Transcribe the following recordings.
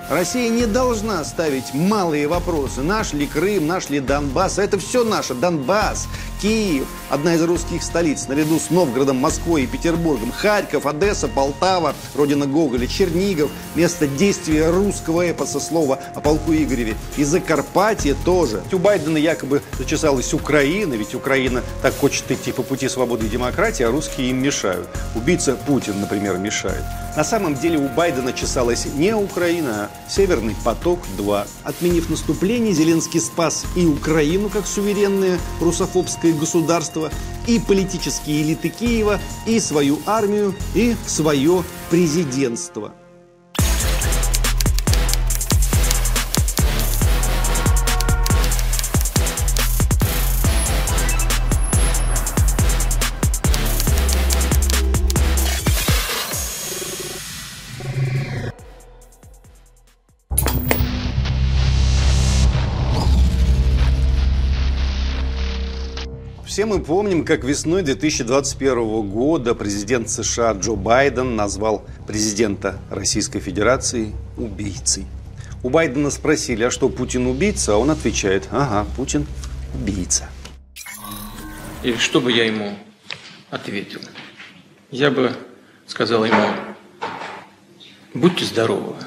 Россия не должна ставить малые вопросы. Наш ли Крым, наш ли Донбасс. Это все наше. Донбасс, Киев, одна из русских столиц, наряду с Новгородом, Москвой и Петербургом. Харьков, Одесса, Полтава, родина Гоголя, Чернигов, место действия русского эпоса, слова о полку Игореве. И Закарпатье тоже. У Байдена якобы зачесалась Украина, ведь Украина так хочет идти по пути свободы и демократии, а русские им мешают. Убийца Путин, например, мешает. На самом деле у Байдена чесалась не Украина, а Северный поток-2. Отменив наступление, Зеленский спас и Украину как суверенное русофобское государство, и политические элиты Киева, и свою армию, и свое президентство. Все мы помним, как весной 2021 года президент США Джо Байден назвал президента Российской Федерации убийцей. У Байдена спросили, а что, Путин убийца? А он отвечает, ага, Путин убийца. И что бы я ему ответил? Я бы сказал ему, будьте здоровы.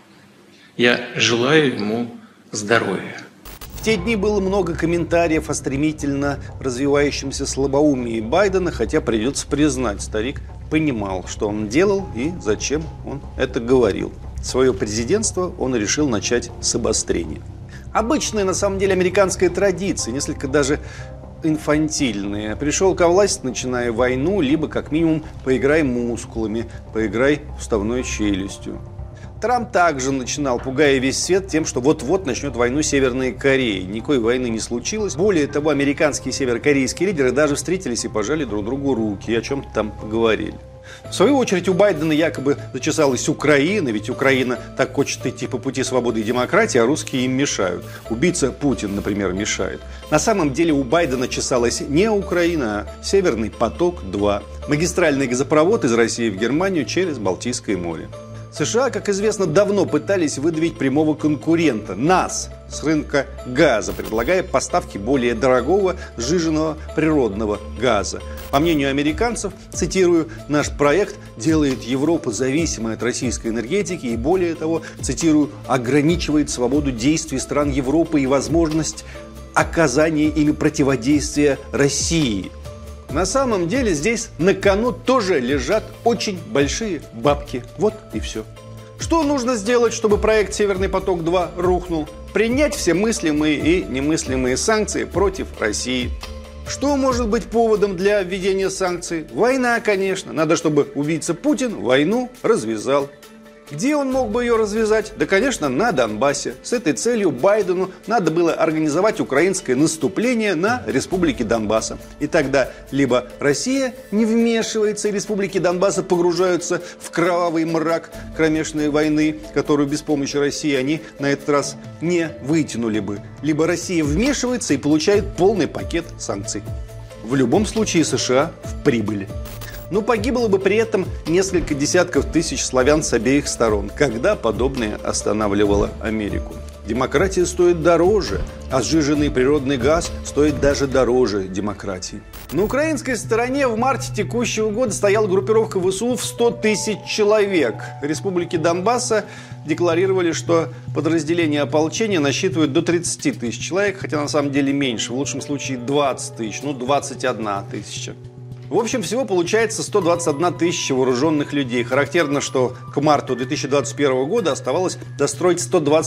Я желаю ему здоровья. В те дни было много комментариев о стремительно развивающемся слабоумии Байдена, хотя придется признать, старик понимал, что он делал и зачем он это говорил. Свое президентство он решил начать с обострения. Обычная, на самом деле, американская традиция, несколько даже инфантильная. Пришел ко власти, начиная войну, либо как минимум поиграй мускулами, поиграй вставной челюстью. Трамп также начинал, пугая весь свет тем, что вот-вот начнет войну Северной Кореи. Никакой войны не случилось. Более того, американские и северокорейские лидеры даже встретились и пожали друг другу руки, и о чем-то там поговорили. В свою очередь у Байдена якобы зачесалась Украина, ведь Украина так хочет идти по пути свободы и демократии, а русские им мешают. Убийца Путин, например, мешает. На самом деле у Байдена чесалась не Украина, а Северный поток-2. Магистральный газопровод из России в Германию через Балтийское море. США, как известно, давно пытались выдавить прямого конкурента – нас с рынка газа, предлагая поставки более дорогого сжиженного природного газа. По мнению американцев, цитирую, наш проект делает Европу зависимой от российской энергетики и, более того, цитирую, ограничивает свободу действий стран Европы и возможность оказания ими противодействия России. На самом деле здесь на кону тоже лежат очень большие бабки. Вот и все. Что нужно сделать, чтобы проект «Северный поток-2» рухнул? Принять все мыслимые и немыслимые санкции против России. Что может быть поводом для введения санкций? Война, конечно. Надо, чтобы убийца Путин войну развязал. Где он мог бы ее развязать? Да, конечно, на Донбассе. С этой целью Байдену надо было организовать украинское наступление на республики Донбасса. И тогда либо Россия не вмешивается, и республики Донбасса погружаются в кровавый мрак кромешной войны, которую без помощи России они на этот раз не вытянули бы. Либо Россия вмешивается и получает полный пакет санкций. В любом случае США в прибыли. Но погибло бы при этом несколько десятков тысяч славян с обеих сторон, когда подобное останавливало Америку. Демократия стоит дороже, а сжиженный природный газ стоит даже дороже демократии. На украинской стороне в марте текущего года стояла группировка ВСУ в 100 тысяч человек. Республики Донбасса декларировали, что подразделения ополчения насчитывают до 30 тысяч человек, хотя на самом деле меньше, в лучшем случае 20 тысяч, 21 тысяча. В общем, всего получается 121 тысяча вооруженных людей. Характерно, что к марту 2021 года оставалось достроить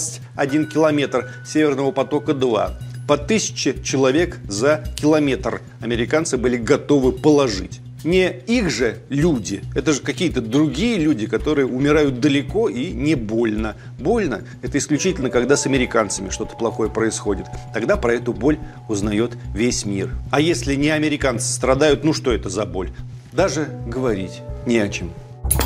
121 километр Северного потока-2. По 1000 человек за километр американцы были готовы положить. Не их же люди, это же какие-то другие люди, которые умирают далеко и не больно. Больно – это исключительно, когда с американцами что-то плохое происходит. Тогда про эту боль узнает весь мир. А если не американцы страдают, ну что это за боль? Даже говорить не о чем.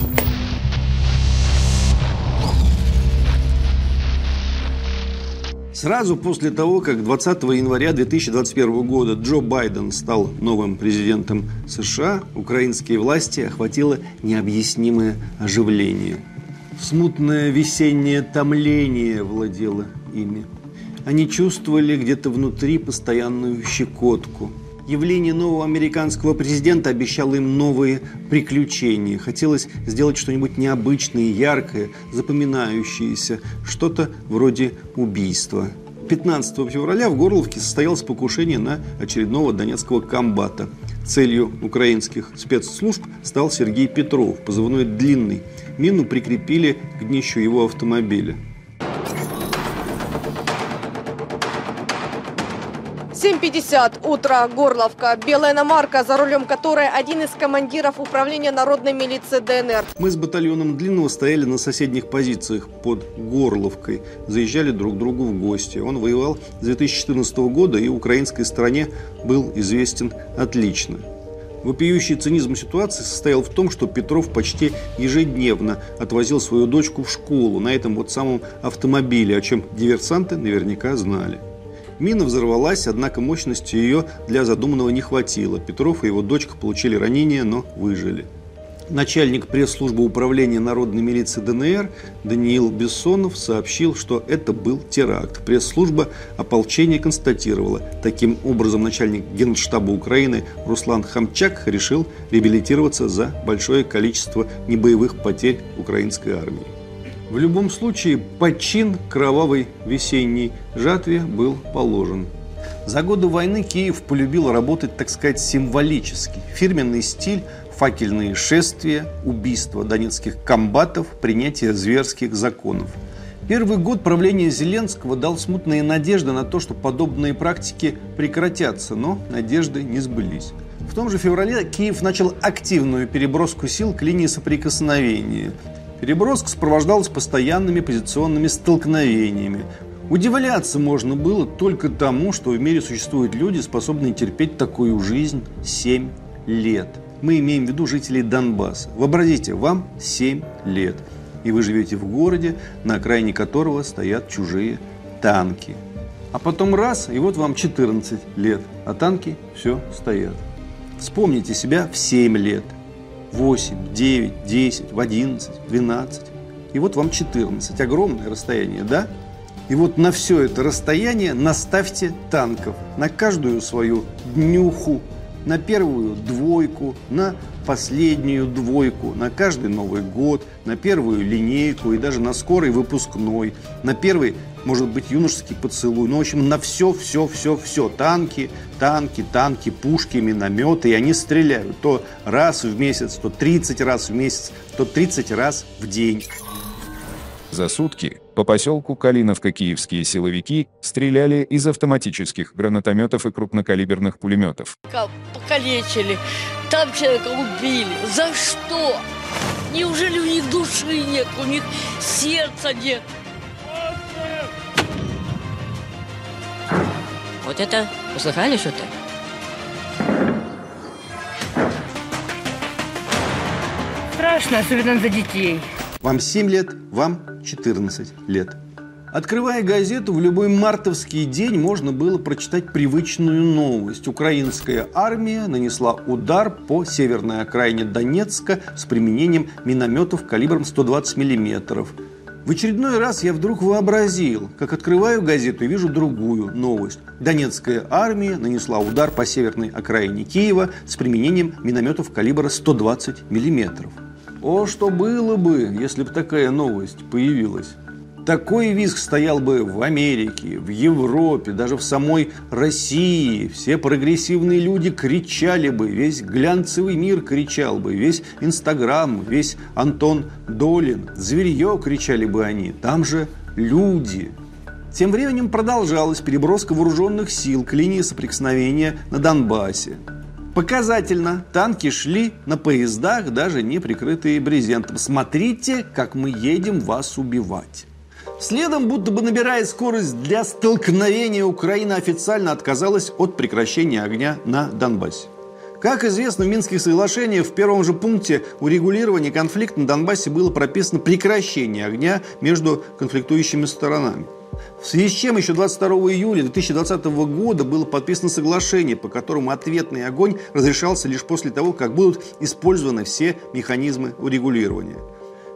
Сразу после того, как 20 января 2021 года Джо Байден стал новым президентом США, украинские власти охватило необъяснимое оживление. Смутное весеннее томление владело ими. Они чувствовали где-то внутри постоянную щекотку. Явление нового американского президента обещало им новые приключения. Хотелось сделать что-нибудь необычное, яркое, запоминающееся, что-то вроде убийства. 15 февраля в Горловке состоялось покушение на очередного донецкого комбата. Целью украинских спецслужб стал Сергей Петров, позывной «Длинный». Мину прикрепили к днищу его автомобиля. 7:50 утро, Горловка. Белая иномарка, за рулем которой один из командиров управления народной милиции ДНР. Мы с батальоном Длинного стояли на соседних позициях под Горловкой. Заезжали друг к другу в гости. Он воевал с 2014 года и украинской стороне был известен отлично. Вопиющий цинизм ситуации состоял в том, что Петров почти ежедневно отвозил свою дочку в школу на этом вот самом автомобиле, о чем диверсанты наверняка знали. Мина взорвалась, однако мощности ее для задуманного не хватило. Петров и его дочка получили ранения, но выжили. Начальник пресс-службы управления народной милиции ДНР Даниил Бессонов сообщил, что это был теракт. Пресс-служба ополчения констатировала. Таким образом, начальник Генштаба Украины Руслан Хамчак решил реабилитироваться за большое количество небоевых потерь украинской армии. В любом случае, почин кровавой весенней жатве был положен. За годы войны Киев полюбил работать, так сказать, символически. Фирменный стиль, факельные шествия, убийства донецких комбатов, принятие зверских законов. Первый год правления Зеленского дал смутные надежды на то, что подобные практики прекратятся, но надежды не сбылись. В том же феврале Киев начал активную переброску сил к линии соприкосновения. Переброска сопровождалась постоянными позиционными столкновениями. Удивляться можно было только тому, что в мире существуют люди, способные терпеть такую жизнь 7 лет. Мы имеем в виду жителей Донбасса. Вообразите, вам 7 лет, и вы живете в городе, на окраине которого стоят чужие танки. А потом раз, и вот вам 14 лет, а танки все стоят. Вспомните себя в 7 лет. 8, 9, 10, в 11, 12. И вот вам 14. Огромное расстояние, да? И вот на все это расстояние наставьте танков. На каждую свою днюху, на первую двойку, на последнюю двойку, на каждый Новый год, на первую линейку и даже на скорый выпускной, на первый, может быть, юношеский поцелуй. Ну, в общем, на все. Танки, пушки, минометы. И они стреляют то раз в месяц, то 30 раз в месяц, то 30 раз в день. За сутки по поселку Калиновка киевские силовики стреляли из автоматических гранатометов и крупнокалиберных пулеметов. Покалечили, там человека убили. За что? Неужели у них души нет, у них сердца нет? Вот это, услыхали что-то? Страшно, особенно за детей. Вам 7 лет, вам 14 лет. Открывая газету, в любой мартовский день можно было прочитать привычную новость. Украинская армия нанесла удар по северной окраине Донецка с применением минометов калибром 120 мм. В очередной раз я вдруг вообразил, как открываю газету и вижу другую новость. Донецкая армия нанесла удар по северной окраине Киева с применением минометов калибра 120 мм. О, что было бы, если бы такая новость появилась. Такой визг стоял бы в Америке, в Европе, даже в самой России. Все прогрессивные люди кричали бы, весь глянцевый мир кричал бы, весь Инстаграм, весь Антон Долин. Зверье, кричали бы они, там же люди. Тем временем продолжалась переброска вооруженных сил к линии соприкосновения на Донбассе. Показательно, танки шли на поездах, даже не прикрытые брезентом. Смотрите, как мы едем вас убивать. Следом, будто бы набирая скорость для столкновения, Украина официально отказалась от прекращения огня на Донбассе. Как известно, в Минских соглашениях в первом же пункте урегулирования конфликта на Донбассе было прописано прекращение огня между конфликтующими сторонами. В связи с чем еще 22 июля 2020 года было подписано соглашение, по которому ответный огонь разрешался лишь после того, как будут использованы все механизмы урегулирования.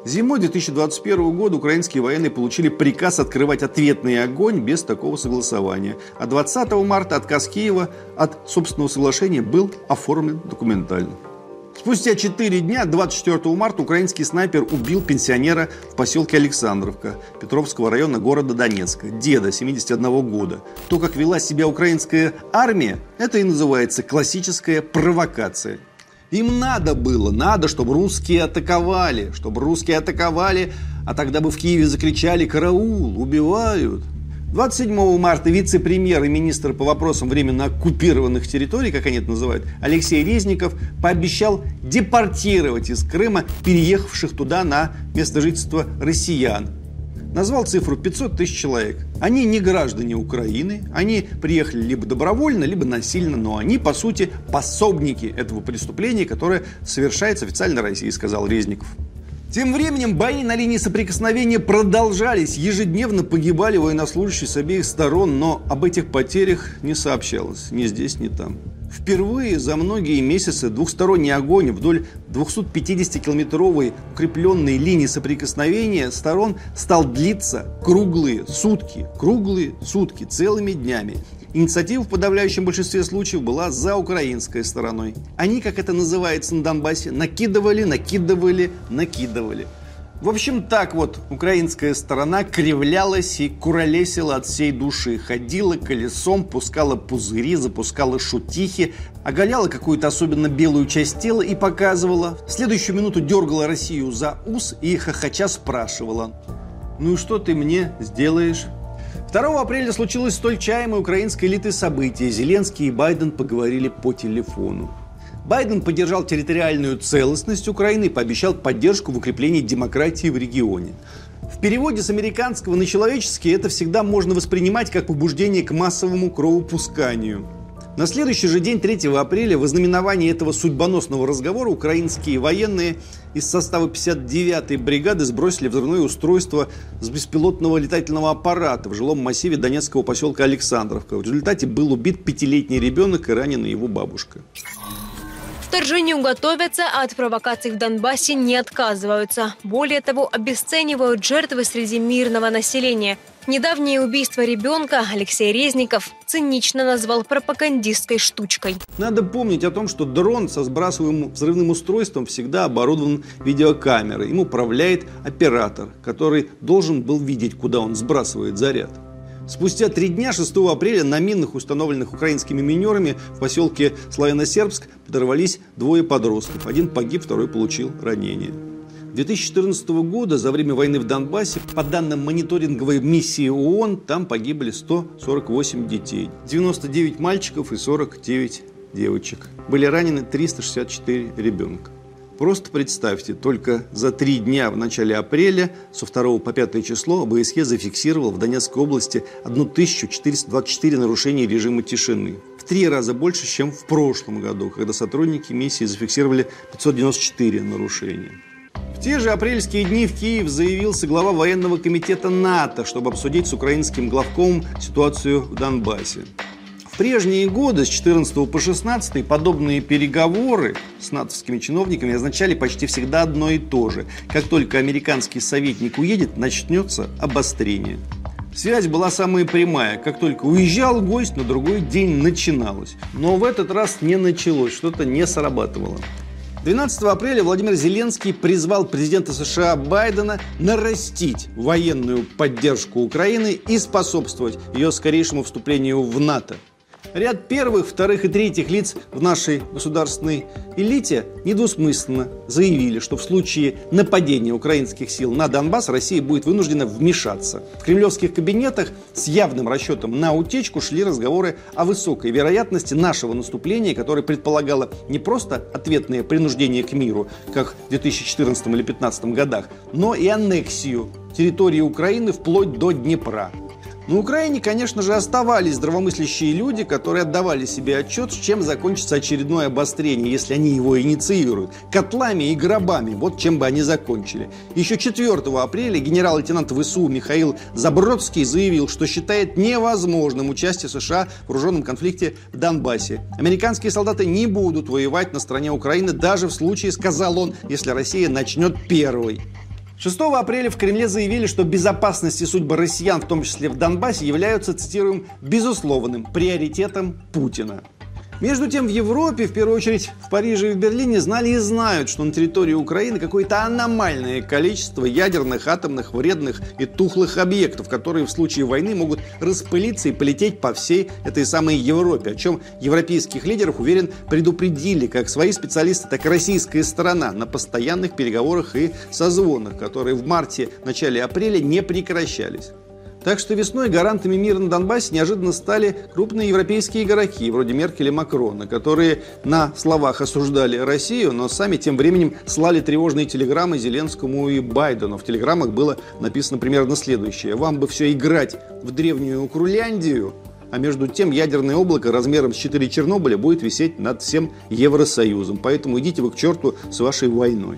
Зимой 2021 года украинские военные получили приказ открывать ответный огонь без такого согласования. А 20 марта отказ Киева от собственного соглашения был оформлен документально. Спустя 4 дня, 24 марта, украинский снайпер убил пенсионера в поселке Александровка Петровского района города Донецка, деда 71 года. То, как вела себя украинская армия, это и называется классическая провокация. Им надо, чтобы русские атаковали, а тогда бы в Киеве закричали «Караул! Убивают!». 27 марта вице-премьер и министр по вопросам временно оккупированных территорий, как они это называют, Алексей Резников, пообещал депортировать из Крыма переехавших туда на место жительства россиян. Назвал цифру 500 тысяч человек. Они не граждане Украины, они приехали либо добровольно, либо насильно, но они, по сути, пособники этого преступления, которое совершается официально Россией, сказал Резников. Тем временем бои на линии соприкосновения продолжались. Ежедневно погибали военнослужащие с обеих сторон, но об этих потерях не сообщалось ни здесь, ни там. Впервые за многие месяцы двухсторонний огонь вдоль 250-километровой укрепленной линии соприкосновения сторон стал длиться круглые сутки, целыми днями. Инициатива в подавляющем большинстве случаев была за украинской стороной. Они, как это называется на Донбассе, накидывали. В общем, так вот украинская сторона кривлялась и куролесила от всей души. Ходила колесом, пускала пузыри, запускала шутихи, оголяла какую-то особенно белую часть тела и показывала. В следующую минуту дергала Россию за ус и хохоча спрашивала: «Ну и что ты мне сделаешь?» 2 апреля случилось столь чаемое украинской элитой событие. Зеленский и Байден поговорили по телефону. Байден поддержал территориальную целостность Украины и пообещал поддержку в укреплении демократии в регионе. В переводе с американского на человеческий это всегда можно воспринимать как побуждение к массовому кровопусканию. На следующий же день, 3 апреля, в ознаменовании этого судьбоносного разговора украинские военные из состава 59-й бригады сбросили взрывное устройство с беспилотного летательного аппарата в жилом массиве донецкого поселка Александровка. В результате был убит 5-летний ребенок и ранена его бабушка. Вторжению готовятся, а от провокаций в Донбассе не отказываются. Более того, обесценивают жертвы среди мирного населения. Недавнее убийство ребенка Алексей Резников цинично назвал пропагандистской штучкой. Надо помнить о том, что дрон со сбрасываемым взрывным устройством всегда оборудован видеокамерой. Им управляет оператор, который должен был видеть, куда он сбрасывает заряд. Спустя 3 дня, 6 апреля, на минах, установленных украинскими минерами, в поселке Славяно-Сербск подорвались 2 подростков. Один погиб, второй получил ранение. 2014 года, за время войны в Донбассе, по данным мониторинговой миссии ООН, там погибли 148 детей. 99 мальчиков и 49 девочек. Были ранены 364 ребенка. Просто представьте, только за 3 дня в начале апреля, со 2 по 5 число, ОБСЕ зафиксировал в Донецкой области 1424 нарушения режима тишины. В 3 раза больше, чем в прошлом году, когда сотрудники миссии зафиксировали 594 нарушения. В те же апрельские дни в Киев заявился глава военного комитета НАТО, чтобы обсудить с украинским главкомом ситуацию в Донбассе. В прежние годы, с 14 по 16, подобные переговоры с натовскими чиновниками означали почти всегда одно и то же. Как только американский советник уедет, начнется обострение. Связь была самая прямая. Как только уезжал гость, на другой день начиналось. Но в этот раз не началось, что-то не срабатывало. 12 апреля Владимир Зеленский призвал президента США Байдена нарастить военную поддержку Украины и способствовать ее скорейшему вступлению в НАТО. Ряд первых, вторых и третьих лиц в нашей государственной элите недвусмысленно заявили, что в случае нападения украинских сил на Донбасс Россия будет вынуждена вмешаться. В кремлевских кабинетах с явным расчетом на утечку шли разговоры о высокой вероятности нашего наступления, которое предполагало не просто ответное принуждение к миру, как в 2014 или 2015 годах, но и аннексию территории Украины вплоть до Днепра. На Украине, конечно же, оставались здравомыслящие люди, которые отдавали себе отчет, чем закончится очередное обострение, если они его инициируют. Котлами и гробами, вот чем бы они закончили. Еще 4 апреля генерал-лейтенант ВСУ Михаил Забродский заявил, что считает невозможным участие США в вооруженном конфликте в Донбассе. Американские солдаты не будут воевать на стороне Украины даже в случае, сказал он, если Россия начнет первой. 6 апреля в Кремле заявили, что безопасность и судьба россиян, в том числе в Донбассе, являются, цитируем, безусловным приоритетом Путина. Между тем в Европе, в первую очередь в Париже и в Берлине, знали и знают, что на территории Украины какое-то аномальное количество ядерных, атомных, вредных и тухлых объектов, которые в случае войны могут распылиться и полететь по всей этой самой Европе, о чем европейских лидеров, уверен, предупредили как свои специалисты, так и российская сторона на постоянных переговорах и созвонах, которые в марте-начале апреля не прекращались. Так что весной гарантами мира на Донбассе неожиданно стали крупные европейские игроки, вроде Меркель и Макрона, которые на словах осуждали Россию, но сами тем временем слали тревожные телеграммы Зеленскому и Байдену. В телеграммах было написано примерно следующее: «Вам бы все играть в древнюю Курляндию, а между тем ядерное облако размером с 4 Чернобыля будет висеть над всем Евросоюзом. Поэтому идите вы к черту с вашей войной».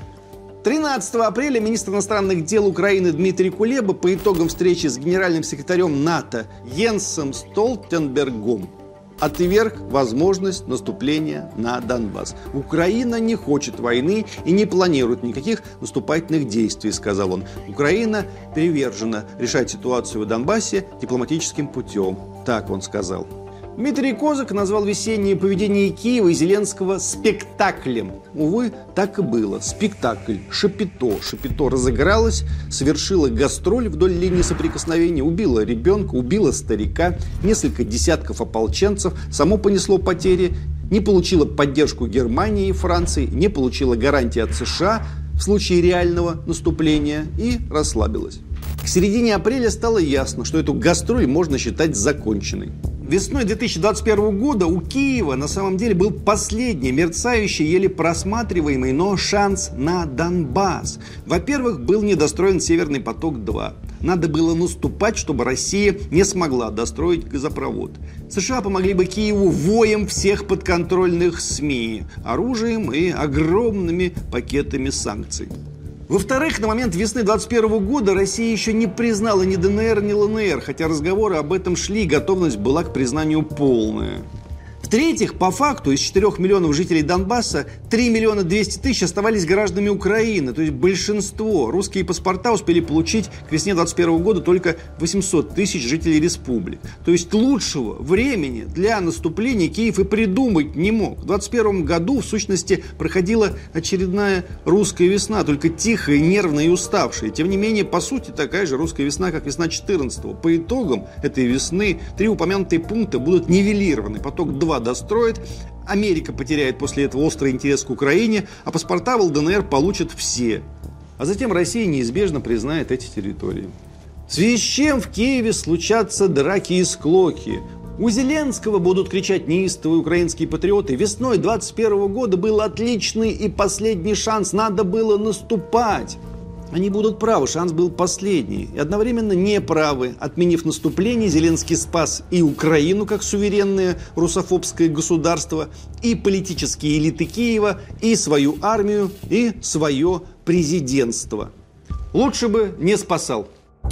13 апреля министр иностранных дел Украины Дмитрий Кулеба по итогам встречи с генеральным секретарем НАТО Йенсом Столтенбергом отверг возможность наступления на Донбасс. Украина не хочет войны и не планирует никаких наступательных действий, сказал он. Украина привержена решать ситуацию в Донбассе дипломатическим путем, так он сказал. Дмитрий Козак назвал весеннее поведение Киева и Зеленского спектаклем. Увы, так и было. Спектакль. Шапито. Шапито разыгралось, совершила гастроль вдоль линии соприкосновения, убила ребенка, убила старика, несколько десятков ополченцев, само понесло потери, не получила поддержку Германии и Франции, не получила гарантии от США в случае реального наступления и расслабилась. К середине апреля стало ясно, что эту гастроль можно считать законченной. Весной 2021 года у Киева на самом деле был последний, мерцающий, еле просматриваемый, но шанс на Донбасс. Во-первых, был недостроен Северный поток-2. Надо было наступать, чтобы Россия не смогла достроить газопровод. США помогли бы Киеву воем всех подконтрольных СМИ, оружием и огромными пакетами санкций. Во-вторых, на момент весны 2021 года Россия еще не признала ни ДНР, ни ЛНР, хотя разговоры об этом шли, и готовность была к признанию полная. В-третьих, по факту из 4 миллионов жителей Донбасса 3 миллиона 200 тысяч оставались гражданами Украины, то есть большинство. Русские паспорта успели получить к весне 2021 года только 800 тысяч жителей республик. То есть лучшего времени для наступления Киев и придумать не мог. В 2021 году, в сущности, проходила очередная русская весна, только тихая, нервная и уставшая. Тем не менее, по сути, такая же русская весна, как весна 14-го. По итогам этой весны 3 упомянутые пункта будут нивелированы. Поток 2 достроит, Америка потеряет после этого острый интерес к Украине, а паспорта в ЛДНР получат все. А затем Россия неизбежно признает эти территории. В связи с чем в Киеве случатся драки и склоки. У Зеленского будут кричать неистовые украинские патриоты. Весной 2021 года был отличный и последний шанс, надо было наступать. Они будут правы, шанс был последний. И одновременно неправы. Отменив наступление, Зеленский спас и Украину как суверенное русофобское государство, и политические элиты Киева, и свою армию, и свое президентство. Лучше бы не спасал.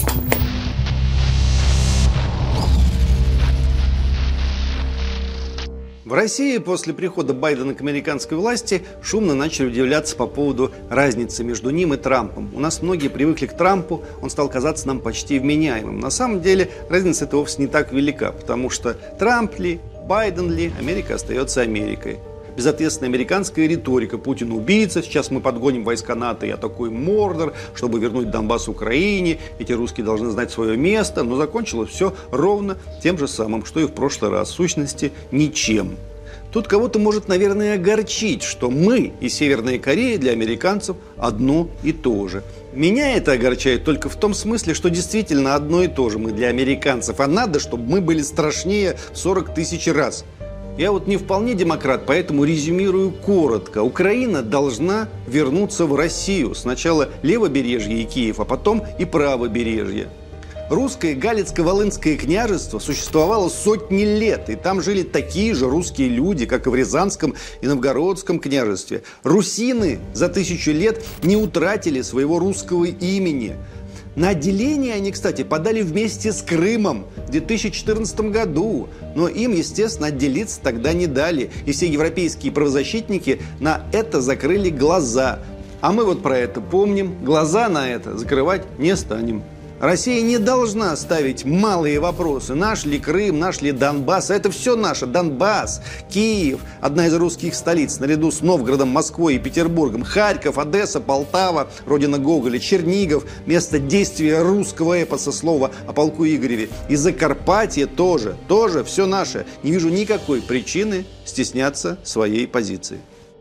В России после прихода Байдена к американской власти шумно начали удивляться по поводу разницы между ним и Трампом. У нас многие привыкли к Трампу, он стал казаться нам почти вменяемым. На самом деле разница эта вовсе не так велика, потому что Трамп ли, Байден ли, Америка остается Америкой. Безответственная американская риторика: Путин убийца, сейчас мы подгоним войска НАТО и атакуем Мордор, чтобы вернуть Донбасс Украине, эти русские должны знать свое место, но закончилось все ровно тем же самым, что и в прошлый раз, в сущности ничем. Тут кого-то может, наверное, огорчить, что мы и Северная Корея для американцев одно и то же. Меня это огорчает только в том смысле, что действительно одно и то же мы для американцев, а надо, чтобы мы были страшнее в 40 тысяч раз. Я вот не вполне демократ, поэтому резюмирую коротко. Украина должна вернуться в Россию. Сначала левобережье и Киев, а потом и правобережье. Русское Галицко-Волынское княжество существовало сотни лет, и там жили такие же русские люди, как и в Рязанском и Новгородском княжестве. Русины за 1000 лет не утратили своего русского имени. На отделение они, кстати, подали вместе с Крымом в 2014 году, но им, естественно, отделиться тогда не дали, и все европейские правозащитники на это закрыли глаза. А мы вот про это помним, глаза на это закрывать не станем. Россия не должна ставить малые вопросы. Наш ли Крым, наш ли Донбасс? Это все наше. Донбасс, Киев, одна из русских столиц, наряду с Новгородом, Москвой и Петербургом. Харьков, Одесса, Полтава, родина Гоголя, Чернигов, место действия русского эпоса, слова о полку Игореве. И Закарпатье тоже все наше. Не вижу никакой причины стесняться своей позиции.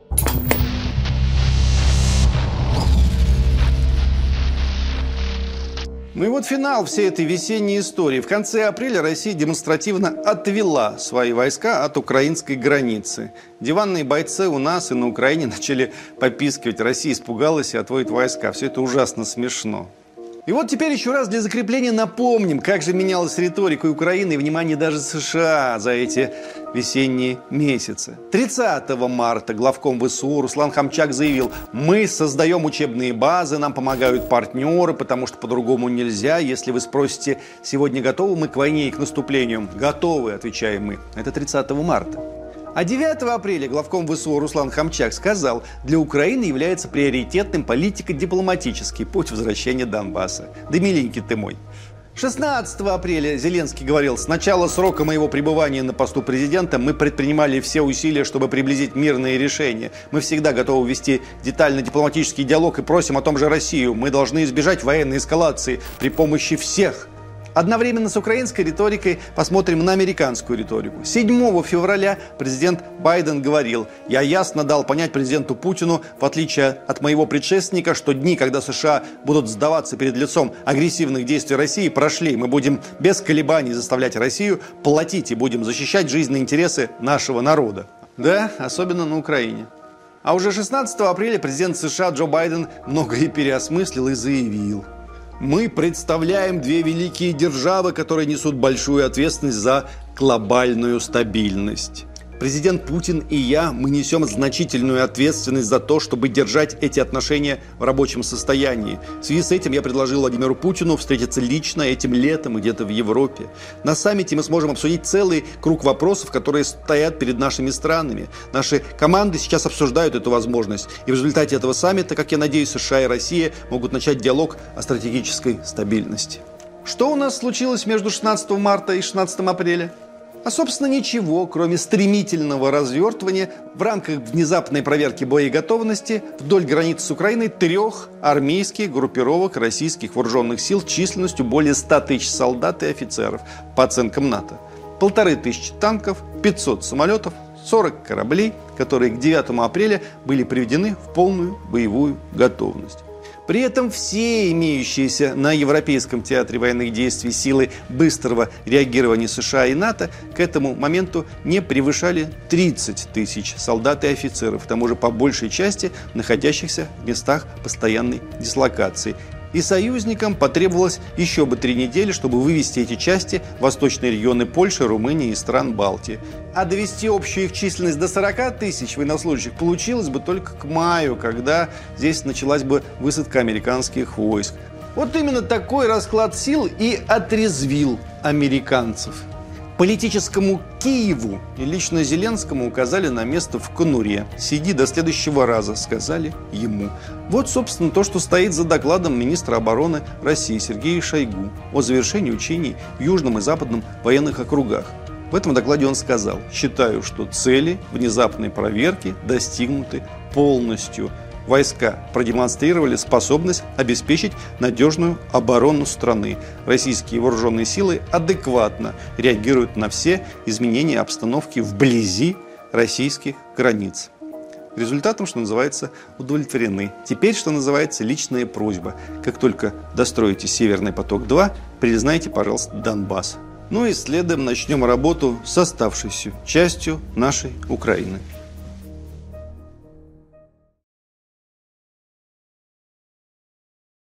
Ну и вот финал всей этой весенней истории. В конце апреля Россия демонстративно отвела свои войска от украинской границы. Диванные бойцы у нас и на Украине начали попискивать. Россия испугалась и отводит войска. Все это ужасно смешно. И вот теперь еще раз для закрепления напомним, как же менялась риторика Украины и внимание даже США за эти весенние месяцы. 30 марта главком ВСУ Руслан Хомчак заявил: мы создаем учебные базы, нам помогают партнеры, потому что по-другому нельзя. Если вы спросите, сегодня готовы мы к войне и к наступлению? Готовы, отвечаем мы. Это 30 марта. А 9 апреля главком ВСУ Руслан Хомчак сказал: для Украины является приоритетным политико-дипломатический путь возвращения Донбасса. Да миленький ты мой. 16 апреля Зеленский говорил: с начала срока моего пребывания на посту президента мы предпринимали все усилия, чтобы приблизить мирные решения. Мы всегда готовы вести детальный дипломатический диалог и просим о том же Россию. Мы должны избежать военной эскалации при помощи всех. Одновременно с украинской риторикой посмотрим на американскую риторику. 7 февраля президент Байден говорил: я ясно дал понять президенту Путину, в отличие от моего предшественника, что дни, когда США будут сдаваться перед лицом агрессивных действий России, прошли. Мы будем без колебаний заставлять Россию платить и будем защищать жизненные интересы нашего народа. Да, особенно на Украине. А уже 16 апреля президент США Джо Байден многое переосмыслил и заявил: мы представляем две великие державы, которые несут большую ответственность за глобальную стабильность. Президент Путин и я, мы несем значительную ответственность за то, чтобы держать эти отношения в рабочем состоянии. В связи с этим я предложил Владимиру Путину встретиться лично этим летом где-то в Европе. На саммите мы сможем обсудить целый круг вопросов, которые стоят перед нашими странами. Наши команды сейчас обсуждают эту возможность. И в результате этого саммита, как я надеюсь, США и Россия могут начать диалог о стратегической стабильности. Что у нас случилось между 16 марта и 16 апреля? А, собственно, ничего, кроме стремительного развертывания в рамках внезапной проверки боеготовности вдоль границы с Украиной 3 армейских группировок российских вооруженных сил численностью более 100 тысяч солдат и офицеров, по оценкам НАТО. 1500 танков, 500 самолетов, 40 кораблей, которые к 9 апреля были приведены в полную боевую готовность. При этом все имеющиеся на Европейском театре военных действий силы быстрого реагирования США и НАТО к этому моменту не превышали 30 тысяч солдат и офицеров, к тому же по большей части находящихся в местах постоянной дислокации. И союзникам потребовалось еще бы 3 недели, чтобы вывести эти части в восточные регионы Польши, Румынии и стран Балтии. А довести общую их численность до 40 тысяч военнослужащих получилось бы только к маю, когда здесь началась бы высадка американских войск. Вот именно такой расклад сил и отрезвил американцев. Политическому Киеву и лично Зеленскому указали на место в конуре. «Сиди до следующего раза», сказали ему. Вот, собственно, то, что стоит за докладом министра обороны России Сергея Шойгу о завершении учений в Южном и Западном военных округах. В этом докладе он сказал: «Считаю, что цели внезапной проверки достигнуты полностью. Войска продемонстрировали способность обеспечить надежную оборону страны. Российские вооруженные силы адекватно реагируют на все изменения обстановки вблизи российских границ». Результатом, что называется, удовлетворены. Теперь, что называется, личная просьба. Как только достроите «Северный поток-2», признайте, пожалуйста, Донбасс. Ну и следом начнем работу с оставшейся частью нашей Украины.